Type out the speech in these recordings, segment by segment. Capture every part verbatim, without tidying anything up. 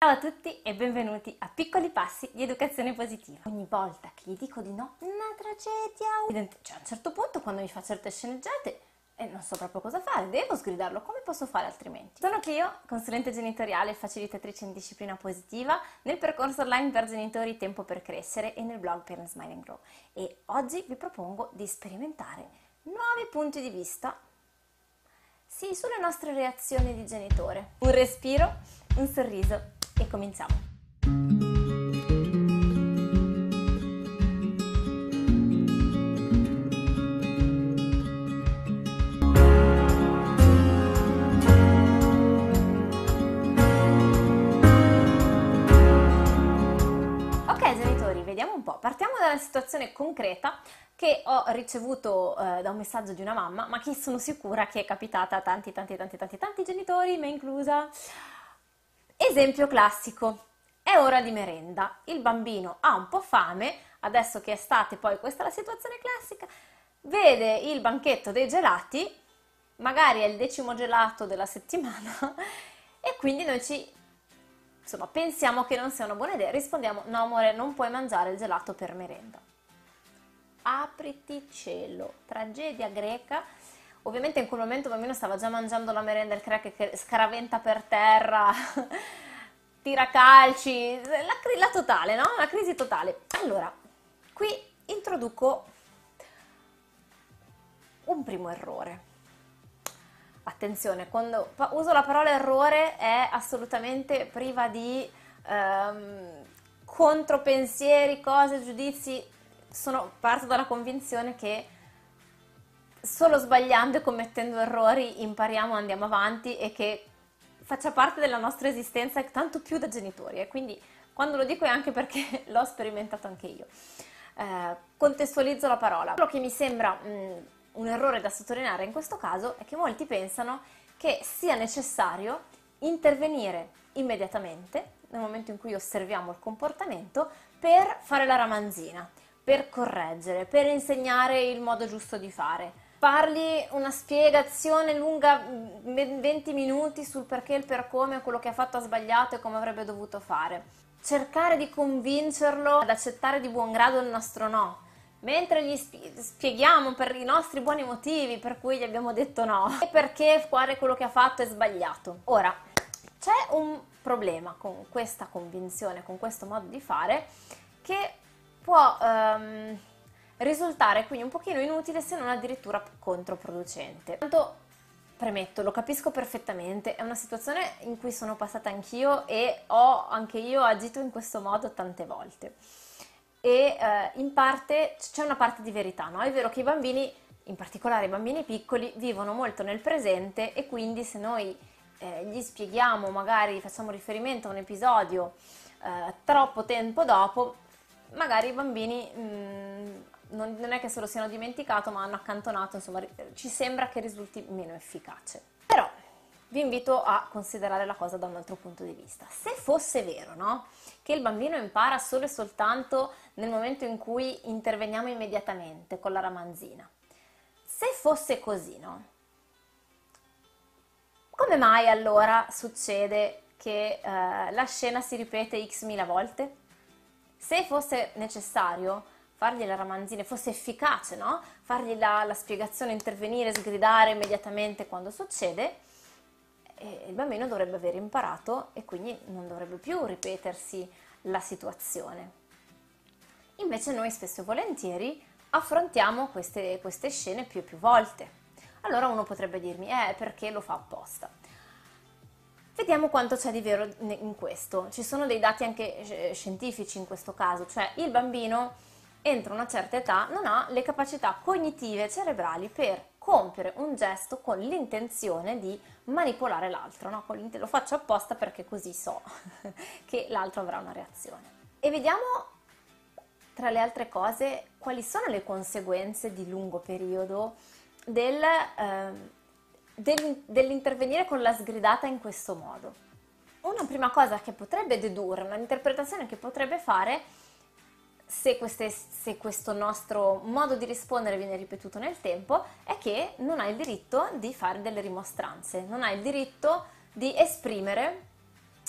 Ciao a tutti e benvenuti a Piccoli Passi di Educazione Positiva. Ogni volta che gli dico di no, una tragedia. Cioè, a un certo punto, quando mi fa certe sceneggiate, e non so proprio cosa fare, devo sgridarlo, come posso fare altrimenti? Sono Clio, consulente genitoriale e facilitatrice in disciplina positiva, nel percorso online per genitori Tempo per Crescere e nel blog Parent Smile and Grow. E oggi vi propongo di sperimentare nuovi punti di vista, sì, sulle nostre reazioni di genitore. Un respiro, un sorriso e cominciamo. Vediamo un po', partiamo dalla situazione concreta che ho ricevuto eh, da un messaggio di una mamma, ma che sono sicura che è capitata a tanti tanti tanti tanti tanti genitori, me inclusa. Esempio classico, è ora di merenda, il bambino ha un po' fame, adesso che è estate, poi questa è la situazione classica, vede il banchetto dei gelati, magari è il decimo gelato della settimana e quindi noi ci... Insomma, pensiamo che non sia una buona idea, rispondiamo: no amore, non puoi mangiare il gelato per merenda. Apriti cielo, tragedia greca. Ovviamente in quel momento il bambino stava già mangiando la merenda, il crack che scaraventa per terra, tira calci, la, la totale, no? La crisi totale. Allora, qui introduco un primo errore. Attenzione, quando uso la parola errore è assolutamente priva di ehm, contropensieri, cose, giudizi. Sono, parto dalla convinzione che solo sbagliando e commettendo errori impariamo, andiamo avanti e che faccia parte della nostra esistenza, tanto più da genitori. E quindi quando lo dico è anche perché l'ho sperimentato anche io. Eh, contestualizzo la parola. Quello che mi sembra... Mh, un errore da sottolineare in questo caso è che molti pensano che sia necessario intervenire immediatamente nel momento in cui osserviamo il comportamento per fare la ramanzina, per correggere, per insegnare il modo giusto di fare. Fargli una spiegazione lunga venti minuti sul perché, il per come, quello che ha fatto ha sbagliato e come avrebbe dovuto fare. Cercare di convincerlo ad accettare di buon grado il nostro no, mentre gli spieghiamo per i nostri buoni motivi per cui gli abbiamo detto no e perché fare quello che ha fatto è sbagliato. Ora, c'è un problema con questa convinzione, con questo modo di fare, che può ehm, risultare quindi un pochino inutile, se non addirittura controproducente. Tanto premetto, lo capisco perfettamente, è una situazione in cui sono passata anch'io e ho anche io agito in questo modo tante volte. E eh, in parte c'è una parte di verità, no? È vero che i bambini, in particolare i bambini piccoli, vivono molto nel presente e quindi se noi eh, gli spieghiamo, magari facciamo riferimento a un episodio eh, troppo tempo dopo, magari i bambini mh, non, non è che se lo siano dimenticato, ma hanno accantonato, insomma ci sembra che risulti meno efficace. Però vi invito a considerare la cosa da un altro punto di vista. Se fosse vero, no? Che il bambino impara solo e soltanto nel momento in cui interveniamo immediatamente con la ramanzina. Se fosse così, no? Come mai allora succede che eh, la scena si ripete x mila volte? Se fosse necessario fargli la ramanzina, fosse efficace, no? Fargli la, la spiegazione, intervenire, sgridare immediatamente quando succede, eh, il bambino dovrebbe aver imparato e quindi non dovrebbe più ripetersi la situazione. Invece noi spesso e volentieri affrontiamo queste, queste scene più e più volte. Allora uno potrebbe dirmi, eh, perché lo fa apposta? Vediamo quanto c'è di vero in questo. Ci sono dei dati anche scientifici in questo caso, cioè il bambino entro una certa età non ha le capacità cognitive cerebrali per compiere un gesto con l'intenzione di manipolare l'altro, no? Lo faccio apposta perché così so che l'altro avrà una reazione. E vediamo, tra le altre cose, quali sono le conseguenze di lungo periodo del, eh, del, dell'intervenire con la sgridata in questo modo. Una prima cosa che potrebbe dedurre, un'interpretazione che potrebbe fare, se, queste, se questo nostro modo di rispondere viene ripetuto nel tempo, è che non hai il diritto di fare delle rimostranze, non hai il diritto di esprimere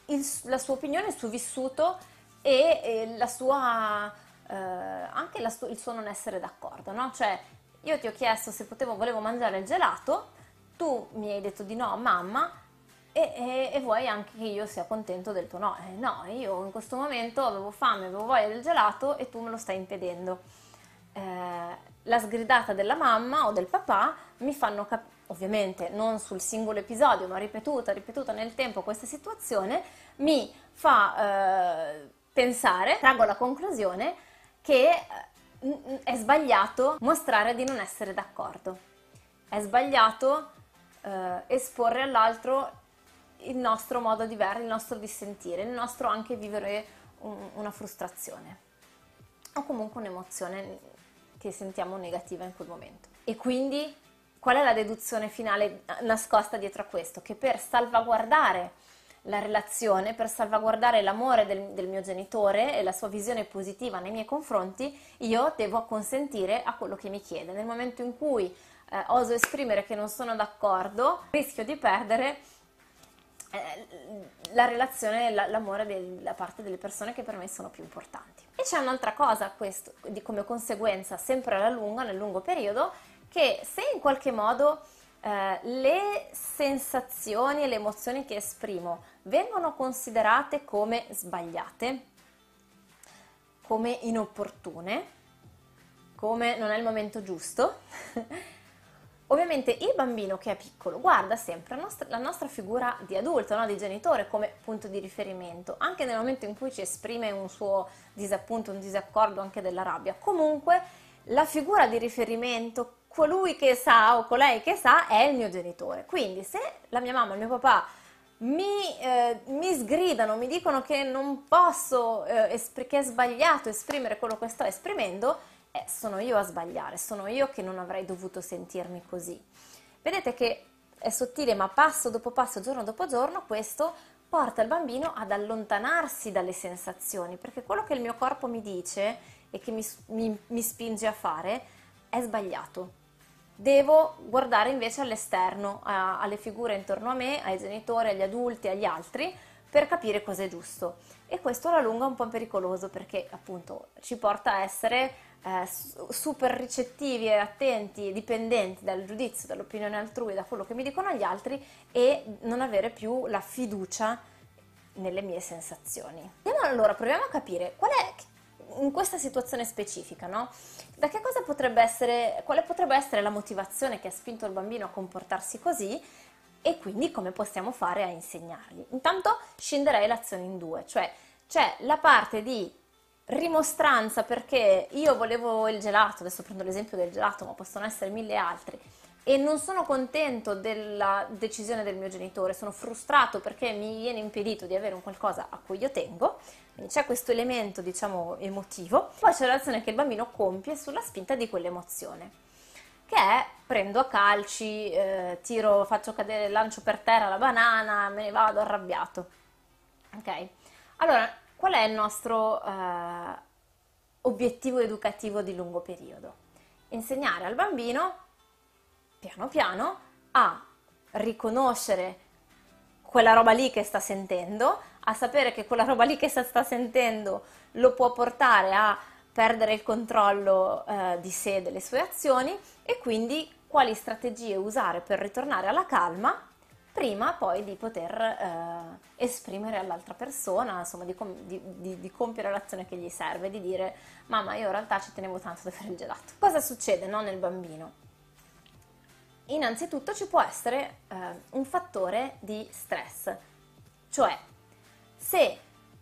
il, la sua opinione, il suo vissuto e, e la sua, eh, anche la su, il suo non essere d'accordo, no? Cioè, io ti ho chiesto se potevo, volevo mangiare il gelato, tu mi hai detto di no, mamma, e, e, e vuoi anche che io sia contento del tuo no. Eh, no, io in questo momento avevo fame, avevo voglia del gelato e tu me lo stai impedendo. Eh, la sgridata della mamma o del papà mi fanno capire, ovviamente non sul singolo episodio, ma ripetuta, ripetuta nel tempo questa situazione, mi fa eh, pensare, traggo la conclusione che eh, è sbagliato mostrare di non essere d'accordo, è sbagliato eh, esporre all'altro il nostro modo di vedere, il nostro dissentire, il nostro anche vivere un, una frustrazione o comunque un'emozione che sentiamo negativa in quel momento. E quindi qual è la deduzione finale nascosta dietro a questo? Che per salvaguardare la relazione, per salvaguardare l'amore del, del mio genitore e la sua visione positiva nei miei confronti, io devo acconsentire a quello che mi chiede. Nel momento in cui eh, oso esprimere che non sono d'accordo, rischio di perdere eh, la relazione e la, l'amore da parte delle persone che per me sono più importanti. E c'è un'altra cosa, questo, di come conseguenza, sempre alla lunga, nel lungo periodo, che se in qualche modo eh, le sensazioni e le emozioni che esprimo vengono considerate come sbagliate, come inopportune, come non è il momento giusto, ovviamente il bambino che è piccolo guarda sempre la nostra, la nostra figura di adulto, no? Di genitore come punto di riferimento, anche nel momento in cui ci esprime un suo disappunto, un disaccordo, anche della rabbia. Comunque la figura di riferimento, colui che sa o colei che sa, è il mio genitore. Quindi se la mia mamma e il mio papà mi, eh, mi sgridano, mi dicono che non posso, eh, espr- che è sbagliato esprimere quello che sto esprimendo, eh, sono io a sbagliare, sono io che non avrei dovuto sentirmi così. Vedete che è sottile, ma passo dopo passo, giorno dopo giorno, questo porta il bambino ad allontanarsi dalle sensazioni, perché quello che il mio corpo mi dice e che mi, mi, mi spinge a fare è sbagliato. Devo guardare invece all'esterno, a, alle figure intorno a me, ai genitori, agli adulti, agli altri, per capire cosa è giusto. E questo alla lunga è un po' pericoloso perché appunto ci porta a essere eh, super ricettivi e attenti e dipendenti dal giudizio, dall'opinione altrui, da quello che mi dicono gli altri e non avere più la fiducia nelle mie sensazioni. Andiamo allora, proviamo a capire qual è in questa situazione specifica, no? Da che cosa potrebbe essere, quale potrebbe essere la motivazione che ha spinto il bambino a comportarsi così e quindi come possiamo fare a insegnargli. Intanto scenderei l'azione in due, cioè c'è la parte di rimostranza perché io volevo il gelato, adesso prendo l'esempio del gelato, ma possono essere mille altri, e non sono contento della decisione del mio genitore, sono frustrato perché mi viene impedito di avere un qualcosa a cui io tengo, quindi c'è questo elemento, diciamo, emotivo, poi c'è l'azione che il bambino compie sulla spinta di quell'emozione, che è prendo a calci, eh, tiro, faccio cadere, lancio per terra la banana, me ne vado arrabbiato. Ok? Allora, qual è il nostro eh, obiettivo educativo di lungo periodo? Insegnare al bambino piano piano a riconoscere quella roba lì che sta sentendo, a sapere che quella roba lì che sta, sta sentendo lo può portare a perdere il controllo eh, di sé, delle sue azioni, e quindi quali strategie usare per ritornare alla calma prima poi di poter eh, esprimere all'altra persona, insomma di, com- di, di, di compiere l'azione che gli serve, di dire mamma io in realtà ci tenevo tanto ad avere il gelato. Cosa succede, no, nel bambino? Innanzitutto ci può essere eh, un fattore di stress, cioè se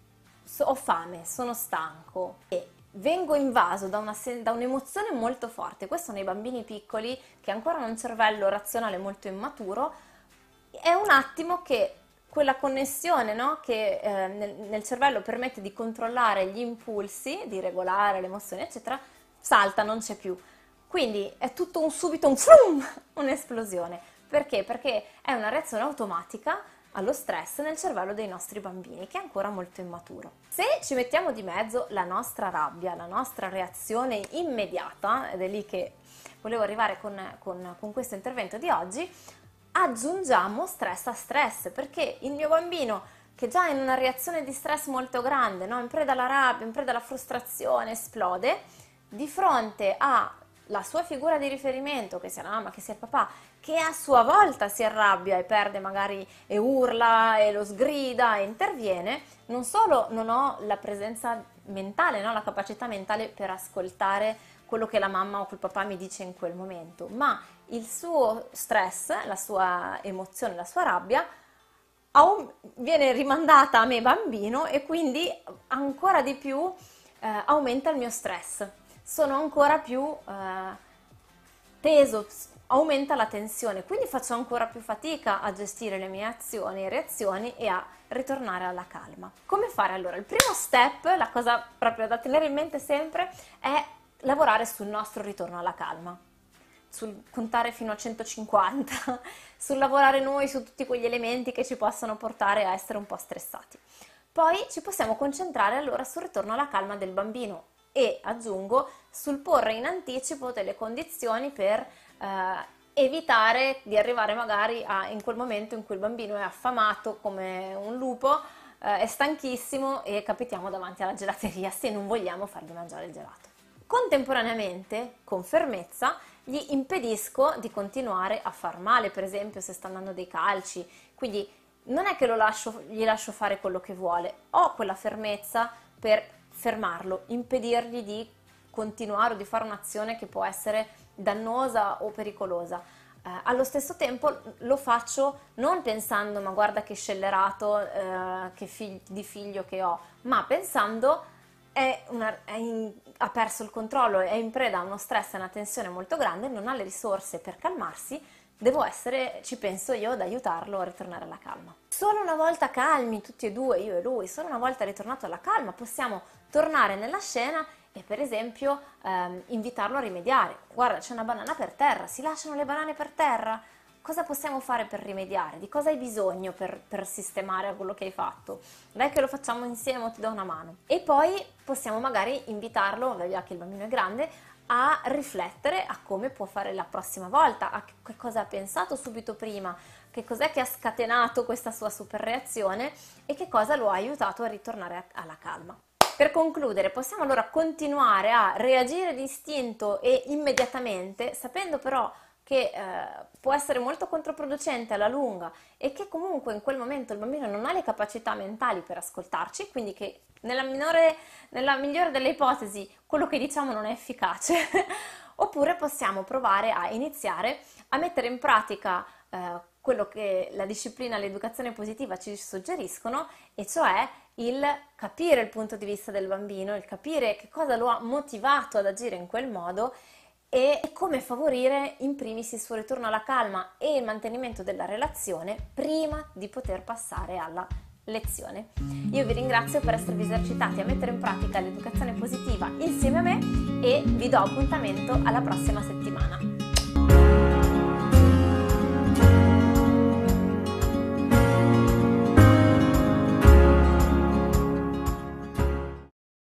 ho fame, sono stanco e vengo invaso da, una, da un'emozione molto forte, questo nei bambini piccoli che ancora hanno un cervello razionale molto immaturo, è un attimo che quella connessione, no, che eh, nel, nel cervello permette di controllare gli impulsi, di regolare le emozioni eccetera, salta, non c'è più. Quindi è tutto un subito un frum, un'esplosione. Perché? Perché è una reazione automatica allo stress nel cervello dei nostri bambini, che è ancora molto immaturo. Se ci mettiamo di mezzo la nostra rabbia, la nostra reazione immediata, ed è lì che volevo arrivare con, con, con questo intervento di oggi, aggiungiamo stress a stress, perché il mio bambino che già in una reazione di stress molto grande, no? In preda alla rabbia, in preda alla frustrazione, esplode, di fronte alla sua figura di riferimento, che sia la mamma, che sia il papà, che a sua volta si arrabbia e perde magari e urla e lo sgrida e interviene, non solo non ho la presenza mentale, no? La capacità mentale per ascoltare quello che la mamma o quel papà mi dice in quel momento, ma il suo stress, la sua emozione, la sua rabbia viene rimandata a me bambino e quindi ancora di più eh, aumenta il mio stress, sono ancora più eh, teso, aumenta la tensione, quindi faccio ancora più fatica a gestire le mie azioni e reazioni e a ritornare alla calma. Come fare allora? Il primo step, la cosa proprio da tenere in mente sempre, è lavorare sul nostro ritorno alla calma, sul contare fino a centocinquanta, sul lavorare noi su tutti quegli elementi che ci possono portare a essere un po' stressati. Poi ci possiamo concentrare allora sul ritorno alla calma del bambino e, aggiungo, sul porre in anticipo delle condizioni per eh, evitare di arrivare magari a, in quel momento in cui il bambino è affamato come un lupo, eh, è stanchissimo e capitiamo davanti alla gelateria se non vogliamo fargli mangiare il gelato. Contemporaneamente, con fermezza, gli impedisco di continuare a far male, per esempio se sta andando dei calci, quindi non è che lo lascio, gli lascio fare quello che vuole, ho quella fermezza per fermarlo, impedirgli di continuare o di fare un'azione che può essere dannosa o pericolosa. Eh, allo stesso tempo lo faccio non pensando ma guarda che scellerato, eh, che fig- di figlio che ho, ma pensando È una, è in, ha perso il controllo, è in preda a uno stress e una tensione molto grande, non ha le risorse per calmarsi, devo essere, ci penso io, ad aiutarlo a ritornare alla calma. Solo una volta calmi, tutti e due, io e lui, solo una volta ritornato alla calma, possiamo tornare nella scena e per esempio ehm, invitarlo a rimediare. Guarda, c'è una banana per terra, si lasciano le banane per terra? Cosa possiamo fare per rimediare? Di cosa hai bisogno per, per sistemare quello che hai fatto? Dai che lo facciamo insieme o ti do una mano. E poi possiamo magari invitarlo, già che il bambino è grande, a riflettere a come può fare la prossima volta, a che cosa ha pensato subito prima, che cos'è che ha scatenato questa sua super reazione e che cosa lo ha aiutato a ritornare alla calma. Per concludere, possiamo allora continuare a reagire d'istinto e immediatamente, sapendo però che eh, può essere molto controproducente alla lunga e che comunque in quel momento il bambino non ha le capacità mentali per ascoltarci, quindi che nella, minore, nella migliore delle ipotesi quello che diciamo non è efficace, oppure possiamo provare a iniziare a mettere in pratica eh, quello che la disciplina e l'educazione positiva ci suggeriscono, e cioè il capire il punto di vista del bambino, il capire che cosa lo ha motivato ad agire in quel modo e come favorire in primis il suo ritorno alla calma e il mantenimento della relazione prima di poter passare alla lezione. Io vi ringrazio per esservi esercitati a mettere in pratica l'educazione positiva insieme a me e vi do appuntamento alla prossima settimana.